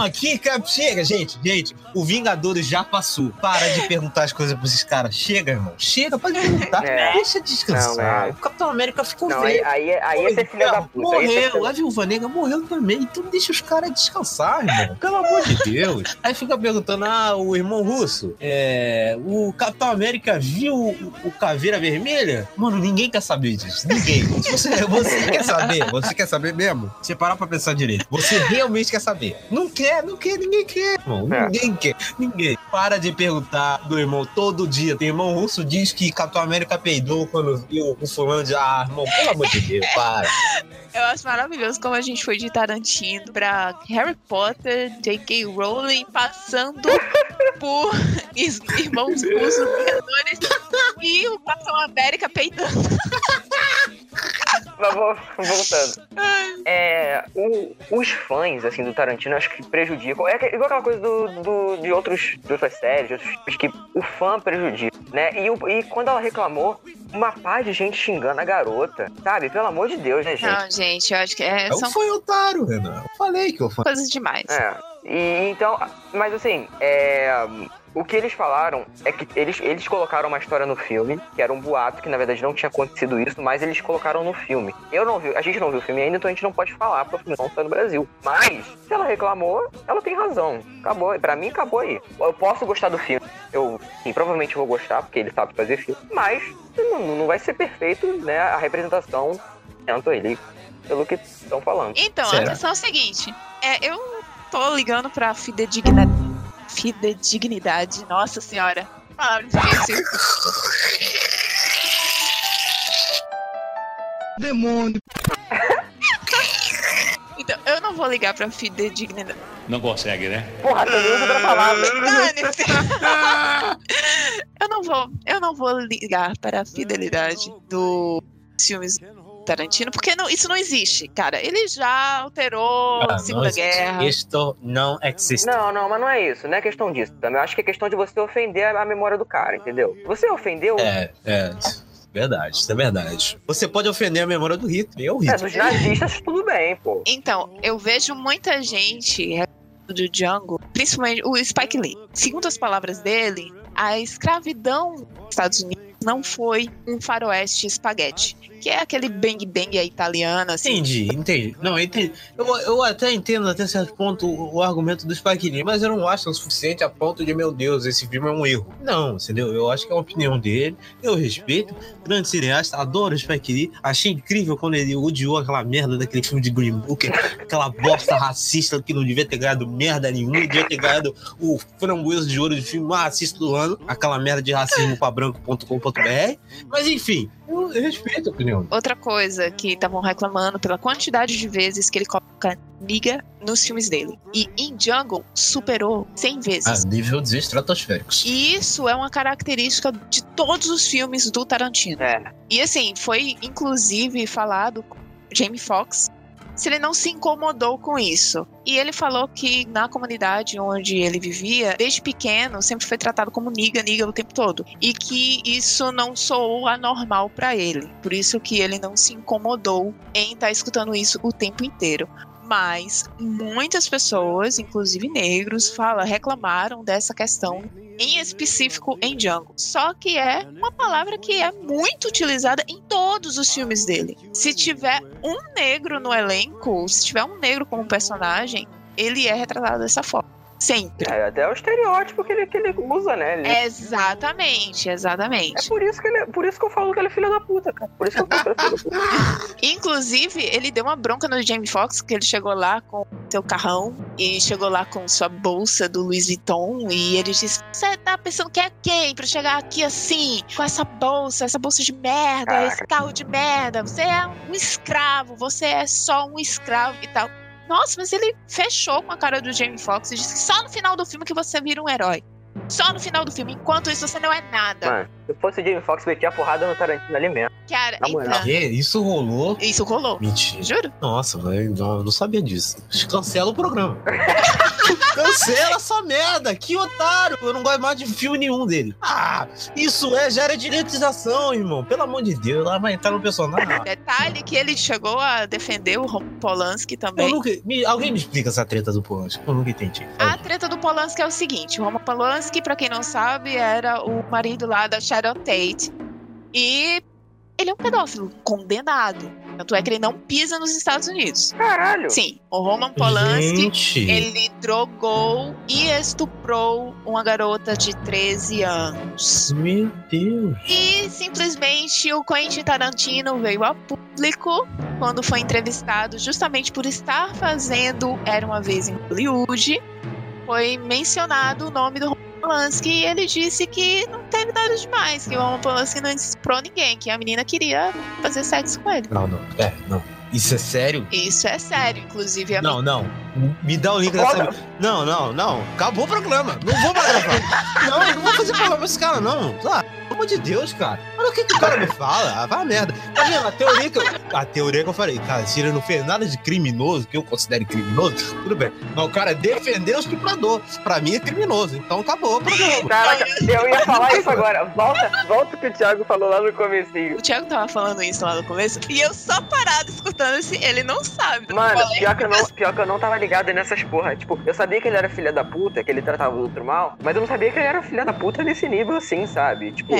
Chega, gente. O Vingadores já passou. Para de perguntar as coisas pra esses caras. Chega, irmão. Chega, pode perguntar. Deixa descansar. O Capitão América ficou velho. Aí esse é filho da puta. Morreu. A Viúva Negra morreu também. Então deixa os caras descansar, irmão. Pelo amor de Deus. Aí fica perguntando, o irmão russo, o Capitão América viu o Caveira Vermelha? Mano, ninguém quer saber disso. Ninguém. Você quer saber? Você quer saber mesmo? Você parar pra pensar direito. Você realmente quer saber? Não quer, ninguém quer, irmão. Ninguém quer. Ninguém. Para de perguntar do irmão todo dia. Tem irmão russo diz que Capitão América peidou quando viu o fulano de... irmão, pelo amor de Deus, para. Eu acho maravilhoso como a gente foi de Tarantino pra Harry Potter, J.K. Rowling, passando por irmãos russos e o Capitão América peidando. Mas voltando. Os fãs, assim, do Tarantino, acho que prejudicam. É igual aquela coisa de outras séries, de outros filmes, que o fã prejudica, né? E quando ela reclamou, uma par de gente xingando a garota, sabe? Pelo amor de Deus, né, gente? Não, gente, eu acho que são... Foi otário, Renan. Eu falei que eu falei. Coisas demais. E então, mas assim, o que eles falaram é que eles colocaram uma história no filme, que era um boato, que na verdade não tinha acontecido isso, mas eles colocaram no filme. A gente não viu o filme ainda, então a gente não pode falar, porque o filme não está no Brasil. Mas, se ela reclamou, ela tem razão. Acabou, pra mim acabou aí. Eu posso gostar do filme, provavelmente vou gostar, porque ele sabe fazer filme, mas não vai ser perfeito, né, a representação, tanto ele, pelo que estão falando. Então, a questão é a seguinte, eu tô ligando pra fidedignidade, nossa senhora, palavra difícil. Demônio. Então, eu não vou ligar pra fidedignidade. Não consegue, né? Porra, você usa outra palavra. Eu não vou ligar para a fidelidade dos filmes Tarantino, porque isso não existe, cara. Ele já alterou a Segunda Guerra. Isto não existe. Não, mas não é isso. Não é questão disso. Também acho que é questão de você ofender a memória do cara, entendeu? Você ofendeu... Verdade, isso é verdade. Você pode ofender a memória do Hitler, é o Hitler. Dos nazistas, tudo bem, pô. Então, eu vejo muita gente do Django, principalmente o Spike Lee. Segundo as palavras dele, a escravidão nos Estados Unidos não foi um faroeste espaguete, que é aquele bang bang italiano, assim. Entendi. Não, entendi. Eu até entendo até certo ponto o argumento do Spike Lee, mas eu não acho o suficiente a ponto de, meu Deus, esse filme é um erro. Não, entendeu? Eu acho que é a opinião dele, eu respeito. Grande cineasta, adoro o Spike Lee. Achei incrível quando ele odiou aquela merda daquele filme de Green Book, aquela bosta racista que não devia ter ganhado merda nenhuma, devia ter ganhado o framboesa de ouro de filme mais racista do ano, aquela merda de racismo pra branco.com.br. Mas enfim, eu respeito a opinião. Outra coisa que estavam reclamando pela quantidade de vezes que ele coloca nigga nos filmes dele. E em Django superou 100 vezes. A níveis estratosféricos. E isso é uma característica de todos os filmes do Tarantino. E assim, foi inclusive falado com Jamie Foxx se ele não se incomodou com isso. E ele falou que na comunidade onde ele vivia, desde pequeno, sempre foi tratado como nigga o tempo todo. E que isso não soou anormal pra ele. Por isso que ele não se incomodou em estar escutando isso o tempo inteiro. Mas muitas pessoas, inclusive negros, reclamaram dessa questão, em específico em Django. Só que é uma palavra que é muito utilizada em todos os filmes dele. Se tiver um negro no elenco, se tiver um negro como personagem, ele é retratado dessa forma. Sempre. Até o estereótipo que ele usa, né? Exatamente. É por isso que eu falo que ele é filho da puta, cara. Por isso que eu falo que ele é filho da puta. Inclusive, ele deu uma bronca no Jamie Foxx, que ele chegou lá com seu carrão e chegou lá com sua bolsa do Louis Vuitton e ele disse: você tá pensando que é quem pra chegar aqui assim, com essa bolsa de merda, Caraca. esse carro de merda? Você é um escravo, você é só um escravo e tal. Nossa, mas ele fechou com a cara do Jamie Foxx e disse que só no final do filme que você vira um herói. Só no final do filme. Enquanto isso, você não é nada. Mano, se fosse o Jamie Foxx, metia a porrada no Tarantino ali mesmo. Cara, Na moral. então, Que? Isso rolou? isso rolou. Mentira. Juro. Nossa, velho, eu não sabia disso. Cancela o programa. Cancela essa merda, que otário. Eu não gosto mais de filme nenhum dele. Isso gera direitização, irmão. Pelo amor de Deus, lá vai entrar no personagem. Detalhe que ele chegou a defender o Roman Polanski também. Alguém me explica essa treta do Polanski? Eu nunca entendi. A treta do Polanski é o seguinte: o Roman Polanski, pra quem não sabe, era o marido lá da Sharon Tate. E ele é um pedófilo condenado. Tanto é que ele não pisa nos Estados Unidos. Caralho. Sim, o Roman Polanski, Gente. ele drogou e estuprou uma garota de 13 anos. Meu Deus. E simplesmente o Quentin Tarantino veio a público quando foi entrevistado, justamente por estar fazendo Era Uma Vez em Hollywood. Foi mencionado o nome do Roman Polanski e ele disse que não teve nada demais, que o Roman Polanski não estuprou ninguém, que a menina queria fazer sexo com ele. Não. Isso é sério? Isso é sério, inclusive. Não. Me dá o link dessa... Não. Acabou o programa. Não vou mais gravar. Eu não vou fazer programa com esse cara, não. Pelo amor de Deus, cara. Olha o que o cara me fala. Vai a merda. Tá vendo? A teoria que eu falei, cara, se ele não fez nada de criminoso, que eu considero criminoso, tudo bem. Mas o cara defendeu o estuprador. Pra mim é criminoso. Então acabou o programa. Caraca, eu ia falar isso agora. Volta o que o Thiago falou lá no comecinho. O Thiago tava falando isso lá no começo e eu só parado escutando assim, ele não sabe. Mano, pior que eu não tava ligado nessas porra. Tipo, eu sabia que ele era filha da puta, que ele tratava o outro mal, mas eu não sabia que ele era filha da puta nesse nível assim, sabe? Tipo...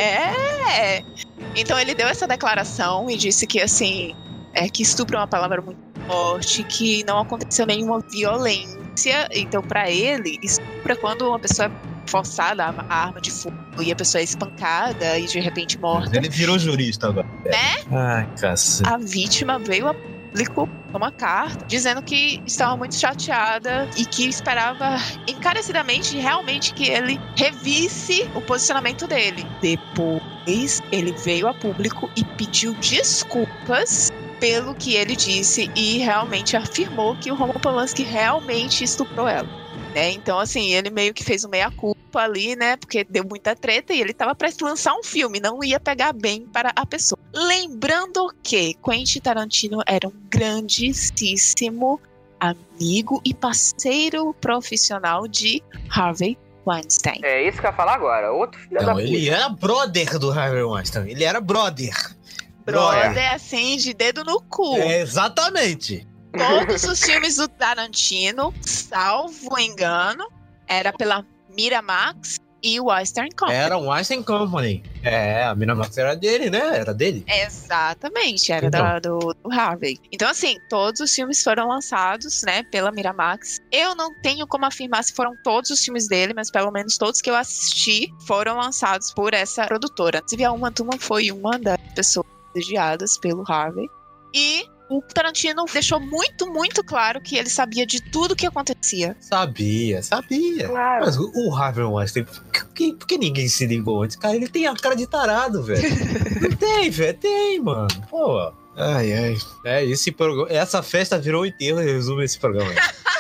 Então ele deu essa declaração e disse que assim, que estupro é uma palavra muito forte, que não aconteceu nenhuma violência. Então pra ele, estupro é quando uma pessoa é forçada a arma de fogo e a pessoa é espancada e de repente morta. Ele virou jurista agora. Né? Ai, cacete. A vítima veio a público uma carta dizendo que estava muito chateada e que esperava encarecidamente realmente que ele revisse o posicionamento dele. Depois ele veio a público e pediu desculpas pelo que ele disse e realmente afirmou que o Roman Polanski realmente estuprou ela, né? Então assim, ele meio que fez um meia-culpa ali, né? Porque deu muita treta e ele tava prestes a lançar um filme, não ia pegar bem para a pessoa. Lembrando que Quentin Tarantino era um grandíssimo amigo e parceiro profissional de Harvey Weinstein. É isso que eu ia falar agora. Outro filho da puta. Ele era brother do Harvey Weinstein. Ele era brother. Brother, assim, de dedo no cu. Exatamente. Todos os filmes do Tarantino, salvo engano, era pela Miramax e o Weinstein Company. Era o Weinstein Company. A Miramax era dele, né? Era dele. Exatamente, era Então. do Harvey. Então, assim, todos os filmes foram lançados, né, pela Miramax. Eu não tenho como afirmar se foram todos os filmes dele, mas pelo menos todos que eu assisti foram lançados por essa produtora. Inclusive, a Uma Thurman foi uma das pessoas privilegiadas pelo Harvey. E o Tarantino deixou muito, muito claro que ele sabia de tudo que acontecia. Sabia. Claro. Mas o Harvey Weinstein, por que ninguém se ligou antes? Cara, ele tem a cara de tarado, velho. Não tem, velho. Tem, mano. Pô. Ai. Essa festa virou um enterro, resume esse programa.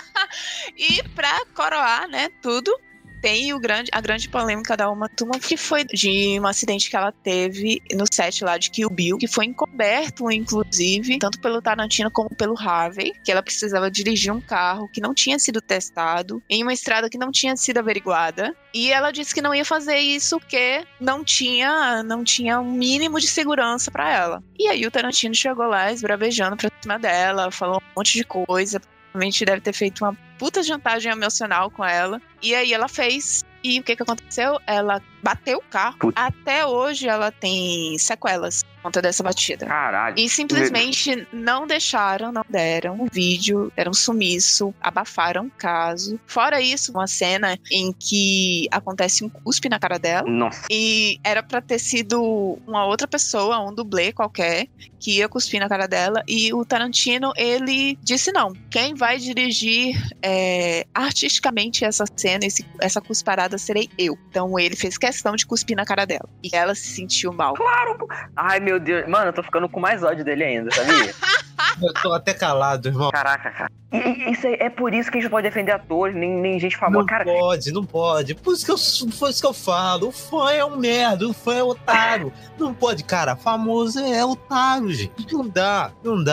E pra coroar, né, tudo, tem a grande polêmica da Uma Thurman, que foi de um acidente que ela teve no set lá de Kill Bill, que foi encoberto, inclusive, tanto pelo Tarantino como pelo Harvey, que ela precisava dirigir um carro que não tinha sido testado, em uma estrada que não tinha sido averiguada, e ela disse que não ia fazer isso porque não tinha um mínimo de segurança pra ela. E aí o Tarantino chegou lá esbravejando pra cima dela, falou um monte de coisa, provavelmente deve ter feito uma puta chantagem emocional com ela. E aí ela fez. E o que aconteceu? Ela bateu o carro. Até hoje ela tem sequelas por conta dessa batida. Caralho. E simplesmente não deram o vídeo, deram sumiço, abafaram o caso. Fora isso, uma cena em que acontece um cuspe na cara dela. Nossa. E era pra ter sido uma outra pessoa, um dublê qualquer, que ia cuspir na cara dela. E o Tarantino, ele disse não. Quem vai dirigir artisticamente essa cena, essa cusparada, serei eu. Então ele fez questão de cuspir na cara dela. E ela se sentiu mal. Claro! Ai, meu Deus. Mano, eu tô ficando com mais ódio dele ainda, sabia? Eu tô até calado, irmão. Caraca, cara. Isso é por isso que a gente não pode defender atores, nem gente famosa. Não Cara, pode. Por isso que eu falo. O fã é um merda, o fã é otário. Não pode, cara. Famoso é otário, gente. Não dá.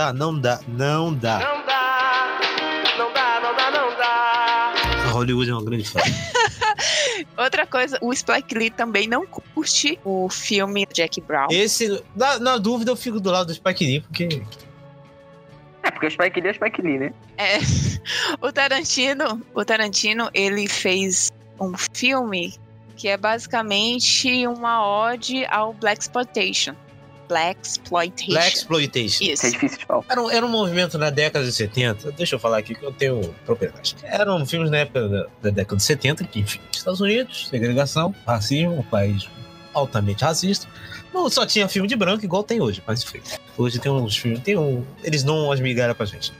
A Hollywood é uma grande fã. Outra coisa, o Spike Lee também não curte o filme Jack Brown. Esse, na dúvida, eu fico do lado do Spike Lee, porque... porque o Spike Lee é o Spike Lee, né? O Tarantino, ele fez um filme que é basicamente uma ode ao Blaxploitation. Blaxploitation. Isso. É difícil de falar. Era um movimento na década de 70. Deixa eu falar aqui que eu tenho propriedade. Eram filmes na época da década de 70, que, enfim, Estados Unidos, segregação, racismo, um país altamente racista. Não só tinha filme de branco igual tem hoje, mas enfim. Hoje tem uns filmes. Eles dão umas migalhas pra gente.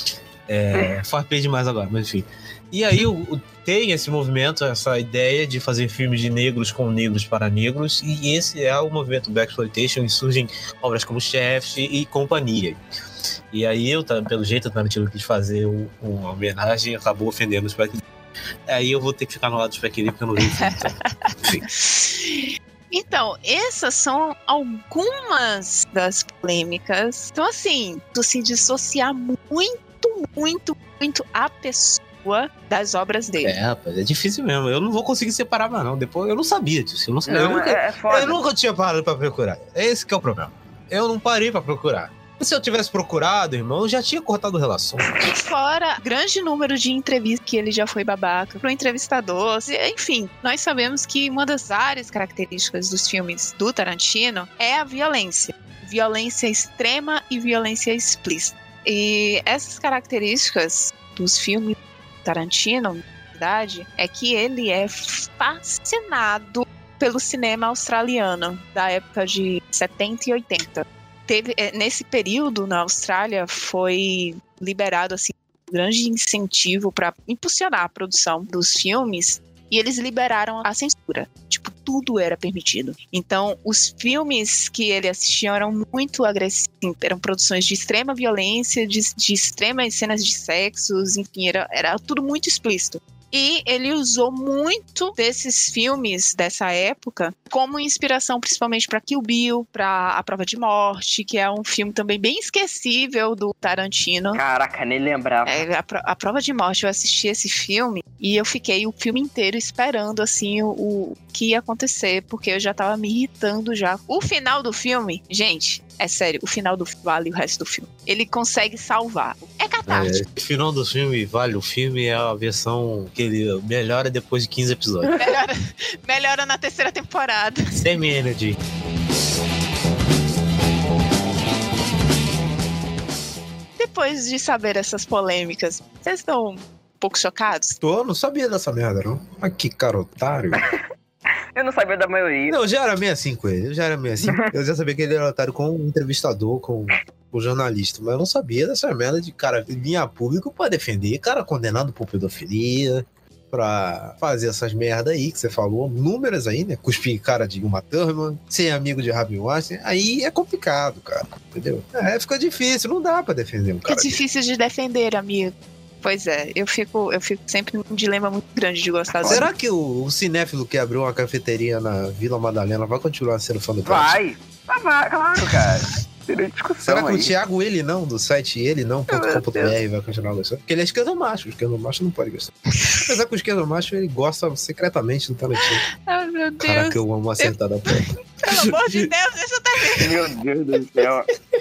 Farpei demais agora, mas enfim. E aí tem esse movimento, essa ideia de fazer filmes de negros com negros para negros, e esse é o movimento Blaxploitation, e surgem obras como Chef e companhia. E aí pelo jeito, o Tarantino quis fazer uma homenagem e acabou ofendendo o Spike Lee. Aí eu vou ter que ficar no lado do Spike Lee porque eu não vi o filme. Enfim. Então, essas são algumas das polêmicas. Então, assim, tu se dissociar muito a pessoa das obras dele. Rapaz, é difícil mesmo. Eu não vou conseguir separar mais, não. Depois eu não sabia disso. Eu não sabia. Eu nunca tinha parado pra procurar. Esse que é o problema. Eu não parei pra procurar. Se eu tivesse procurado, irmão, eu já tinha cortado relação. Fora grande número de entrevistas que ele já foi babaca pro entrevistador. Enfim, nós sabemos que uma das várias características dos filmes do Tarantino é a violência. Violência extrema e violência explícita. E essas características dos filmes do Tarantino, na verdade, é que ele é fascinado pelo cinema australiano da época de 70 e 80. Nesse período, na Austrália, foi liberado assim, um grande incentivo para impulsionar a produção dos filmes, e eles liberaram a censura. Tipo, tudo era permitido. Então, os filmes que ele assistia eram muito agressivos, eram produções de extrema violência, de extremas cenas de sexos, enfim, era tudo muito explícito. E ele usou muito desses filmes dessa época como inspiração, principalmente para Kill Bill, para A Prova de Morte, que é um filme também bem esquecível do Tarantino. Caraca, nem lembrava. A Prova de Morte, eu assisti esse filme e eu fiquei o filme inteiro esperando assim o que ia acontecer, porque eu já tava me irritando já. O final do filme, gente, É sério, o final do filme vale o resto do filme. Ele consegue salvar. É catártico. O final do filme vale o filme, é a versão que ele melhora depois de 15 episódios. Melhora na terceira temporada. Semi-Energy. Depois de saber essas polêmicas, vocês estão um pouco chocados? Eu não sabia dessa merda, não. Mas que cara otário. Eu não sabia da maioria. Não, eu já era meio assim com ele. Eu já sabia que ele era otário com o entrevistador, com o jornalista. Mas eu não sabia dessa merda de cara vir a público pra defender cara condenado por pedofilia, pra fazer essas merda aí que você falou. Números aí, né? Cuspir cara de Uma Thurman, ser amigo de Harvey Weinstein. Aí é complicado, cara. Entendeu? Fica difícil. Não dá pra defender um cara. É difícil de defender, amigo. Pois é, eu fico sempre num dilema muito grande de gostar dele. Será que o cinéfilo que abriu uma cafeteria na Vila Madalena vai continuar sendo fã do Vai, claro, cara. Teria discussão. Será que aí. o Thiago Ele Não, do site elenão.com.br vai continuar gostando? Porque ele é esquerdomacho, o esquerdomacho não pode gostar. Apesar que o esquerdomacho ele gosta secretamente do Tarantino. Ai, meu Deus. Caraca, eu amo acertar da porta. Pelo amor de Deus, deixa eu terminar. Meu Deus do céu.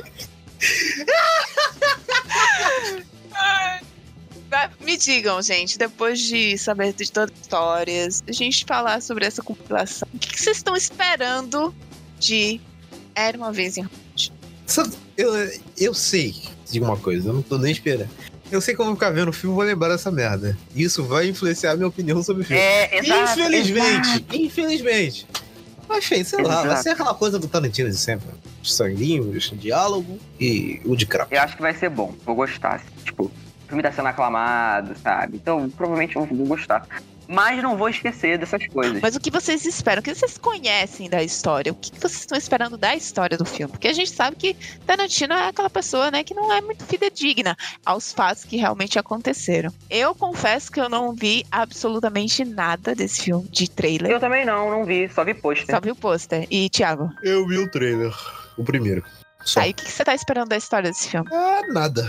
Me digam, gente, depois de saber de todas as histórias, a gente falar sobre essa compilação, o que vocês estão esperando de Era Uma Vez em Hollywood? Eu sei de uma coisa, eu não tô nem esperando. Eu sei que eu vou ficar vendo o filme e vou lembrar dessa merda. Isso vai influenciar a minha opinião sobre o filme. Exato, Infelizmente. Mas, sei lá, vai ser aquela coisa do Tarantino de sempre. Sanguinhos, diálogo e o de crap. Eu acho que vai ser bom, vou gostar. Tipo, o filme tá sendo aclamado, sabe? Então, provavelmente eu vou gostar. Mas não vou esquecer dessas coisas. Mas o que vocês esperam? O que vocês conhecem da história? O que vocês estão esperando da história do filme? Porque a gente sabe que Tarantino é aquela pessoa, né, que não é muito fidedigna aos fatos que realmente aconteceram. Eu confesso que eu não vi absolutamente nada desse filme de trailer. Eu também não vi, só vi pôster. Só vi o pôster. E, Thiago? Eu vi o trailer, o primeiro. Só. Aí, o que você tá esperando da história desse filme? Nada.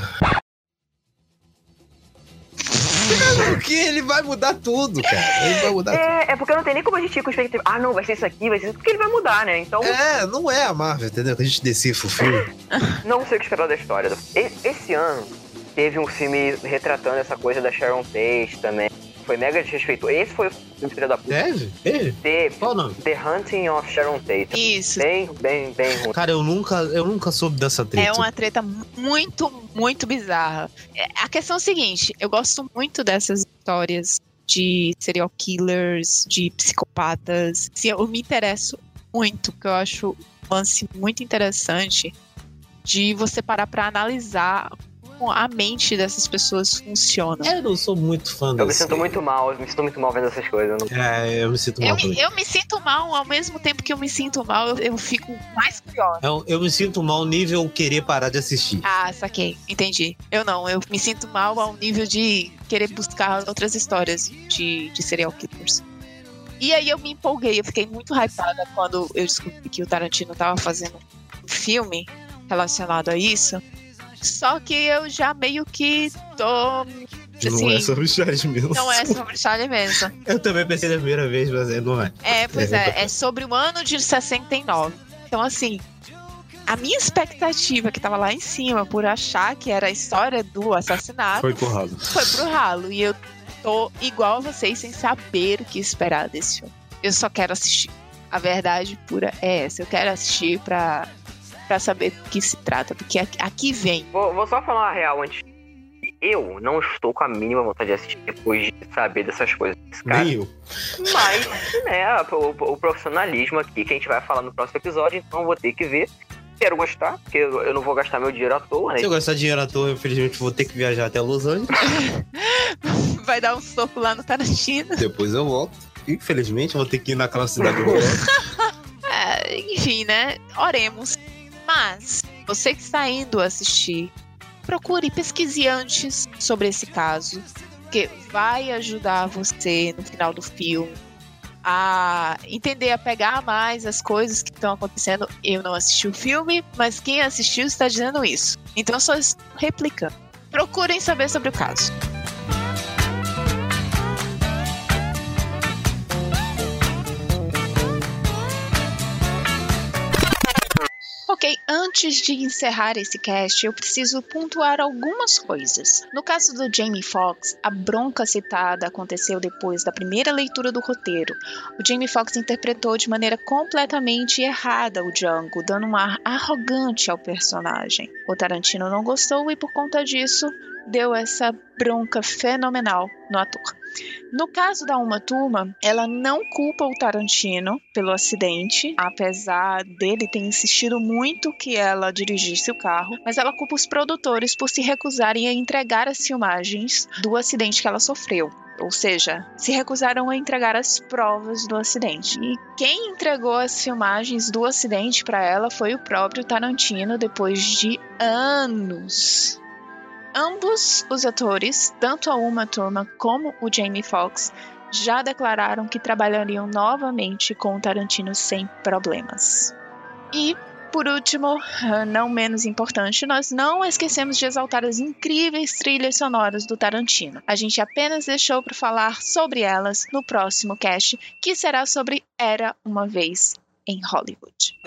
Porque ele vai mudar tudo, cara. Ele vai mudar tudo. É porque não tem nem como a gente ir com expectativa. Ah, não, vai ser isso aqui, vai ser isso. Porque ele vai mudar, né? Então. Não é a Marvel, entendeu? Que a gente decifra o filme. Não sei o que esperar da história. Esse ano teve um filme retratando essa coisa da Sharon Tate também. Foi mega desrespeitoso. Esse foi o filme filho da puta. Teve? Qual o nome? The Hunting of Sharon Tate. Isso. Bem ruim. Cara, eu nunca soube dessa treta. É uma treta muito, muito bizarra. A questão é a seguinte, eu gosto muito dessas histórias de serial killers, de psicopatas. Assim, eu me interesso muito, porque eu acho um lance muito interessante de você parar pra analisar como a mente dessas pessoas funciona. Eu não sou muito fã Eu me sinto muito mal vendo essas coisas. Eu me sinto mal também. Eu me sinto mal, ao mesmo tempo que eu me sinto mal, eu fico mais curiosa. Eu me sinto mal nível querer parar de assistir. Ah, saquei. Entendi. Eu me sinto mal ao nível de querer buscar outras histórias de serial killers. E aí eu me empolguei, eu fiquei muito hypada quando eu descobri que o Tarantino tava fazendo um filme relacionado a isso. Só que eu já meio que tô... Assim, não é sobre Charles Manson. Não é sobre Charles Manson. Eu também pensei da primeira vez, mas não é. Pois é sobre o ano de 69. Então, assim, a minha expectativa, que tava lá em cima, por achar que era a história do assassinato, foi pro ralo. E eu tô igual a vocês, sem saber o que esperar desse filme. Eu só quero assistir. A verdade pura é essa. Eu quero assistir pra saber do que se trata, porque aqui vem. Vou só falar a real antes. Eu não estou com a mínima vontade de assistir depois de saber dessas coisas. Cara. Nem eu. Mas, né, o profissionalismo aqui que a gente vai falar no próximo episódio, então eu vou ter que ver. Quero gostar, porque eu não vou gastar meu dinheiro à toa, né? Se eu gastar dinheiro à toa, infelizmente vou ter que viajar até Los Angeles. Vai dar um soco lá no Tarantino. Depois eu volto. Infelizmente, vou ter que ir naquela cidade horrorosa. Enfim, né? Oremos. Mas, você que está indo assistir, procure, pesquise antes sobre esse caso, porque vai ajudar você no final do filme a entender, a pegar mais as coisas que estão acontecendo. Eu não assisti o filme, mas quem assistiu está dizendo isso. Então eu só estou replicando. Procurem saber sobre o caso. Ok, Ok, antes de encerrar esse cast, eu preciso pontuar algumas coisas. No caso do Jamie Foxx, a bronca citada aconteceu depois da primeira leitura do roteiro. O Jamie Foxx interpretou de maneira completamente errada o Django, dando um ar arrogante ao personagem. O Tarantino não gostou e, por conta disso, deu essa bronca fenomenal no ator. No caso da Uma Thurman, ela não culpa o Tarantino pelo acidente, apesar dele ter insistido muito que ela dirigisse o carro, mas ela culpa os produtores por se recusarem a entregar as filmagens do acidente que ela sofreu. Ou seja, se recusaram a entregar as provas do acidente. E quem entregou as filmagens do acidente para ela foi o próprio Tarantino, depois de anos. Ambos os atores, tanto a Uma Thurman como o Jamie Foxx, já declararam que trabalhariam novamente com o Tarantino sem problemas. E, por último, não menos importante, nós não esquecemos de exaltar as incríveis trilhas sonoras do Tarantino. A gente apenas deixou para falar sobre elas no próximo cast, que será sobre Era Uma Vez em Hollywood.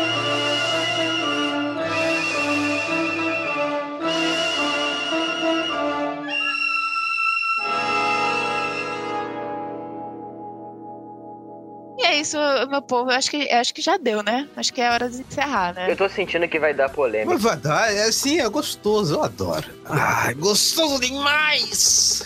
É isso, meu povo. Acho que já deu, né? Acho que é hora de encerrar, né? Eu tô sentindo que vai dar polêmica. Mas vai dar, é assim, é gostoso, eu adoro. Ah, é gostoso demais!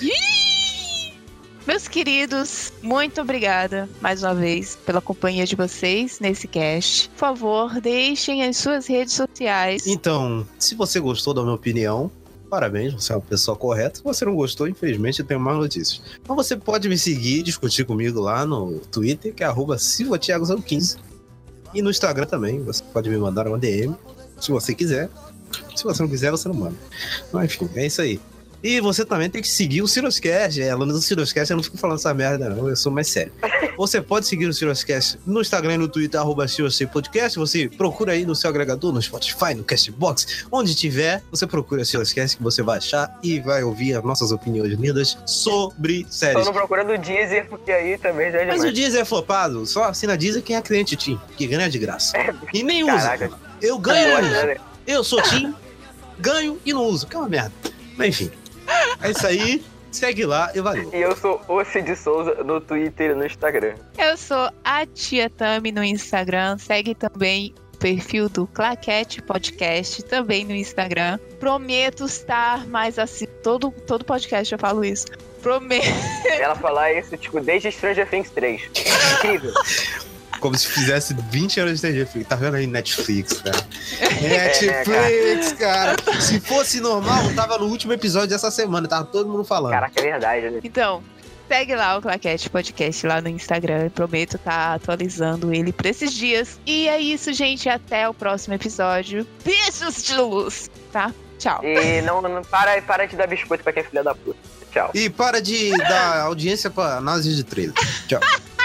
Meus queridos, muito obrigada mais uma vez pela companhia de vocês nesse cast. Por favor, deixem as suas redes sociais. Então, se você gostou da minha opinião, parabéns, você é uma pessoa correta. Se você não gostou, infelizmente, eu tenho mais notícias. Mas você pode me seguir e discutir comigo lá no Twitter, que é @silvatiago015. E no Instagram também, você pode me mandar uma DM, se você quiser. Se você não quiser, você não manda. Mas enfim, é isso aí. E você também tem que seguir o Ciroscast. Aluno do Ciroscast, eu não fico falando essa merda, não. Eu sou mais sério. Você pode seguir o Ciroscast no Instagram e no Twitter, @CirosCast. Você procura aí no seu agregador, no Spotify, no Castbox. Onde tiver, você procura o Ciroscast, que você vai achar e vai ouvir as nossas opiniões lindas sobre séries. Só não procura do Deezer, porque aí também já é demais. Mas o Deezer é flopado. Só assina Deezer quem é cliente Tim, que ganha de graça. E nem Caraca. usa. Eu ganho. Eu sou Tim, ganho e não uso, que é uma merda. Mas enfim. É isso aí, segue lá e valeu. E eu sou o Cid Souza no Twitter e no Instagram. Eu sou a Tia Tami no Instagram, segue também o perfil do Claquete Podcast, também no Instagram. Prometo estar mais assim, todo podcast eu falo isso. Prometo. Ela falar isso, tipo, desde Stranger Things 3. Incrível. Como se fizesse 20 anos de TG. Tá vendo aí Netflix, cara? Netflix, cara. Se fosse normal, eu tava no último episódio dessa semana. Tava todo mundo falando. Caraca, é verdade, né? Então, segue lá o Claquete Podcast lá no Instagram. Eu prometo estar atualizando ele por esses dias. E é isso, gente. Até o próximo episódio. Beijos de luz, tá? Tchau. E não para de dar biscoito pra quem é filha da puta. Tchau. E para de dar audiência pra análise de trailer. Tchau.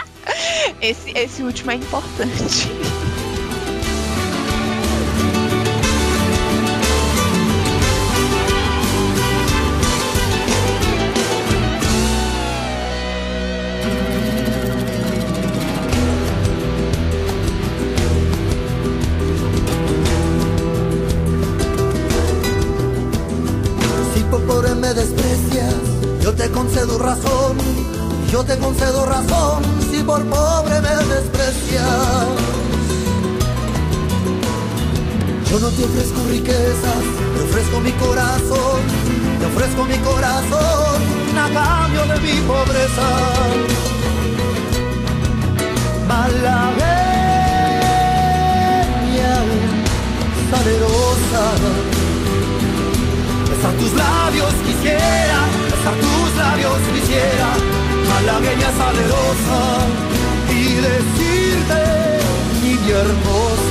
Esse último é importante. Si por me desprecias, yo te concedo razón. Yo te concedo razón si por pobre me desprecias. Yo no te ofrezco riquezas, te ofrezco mi corazón. Te ofrezco mi corazón a cambio de mi pobreza. Malagueña, salerosa. Besar tus labios quisiera, besar tus labios quisiera. Malagueña salerosa y decirte, niña hermosa.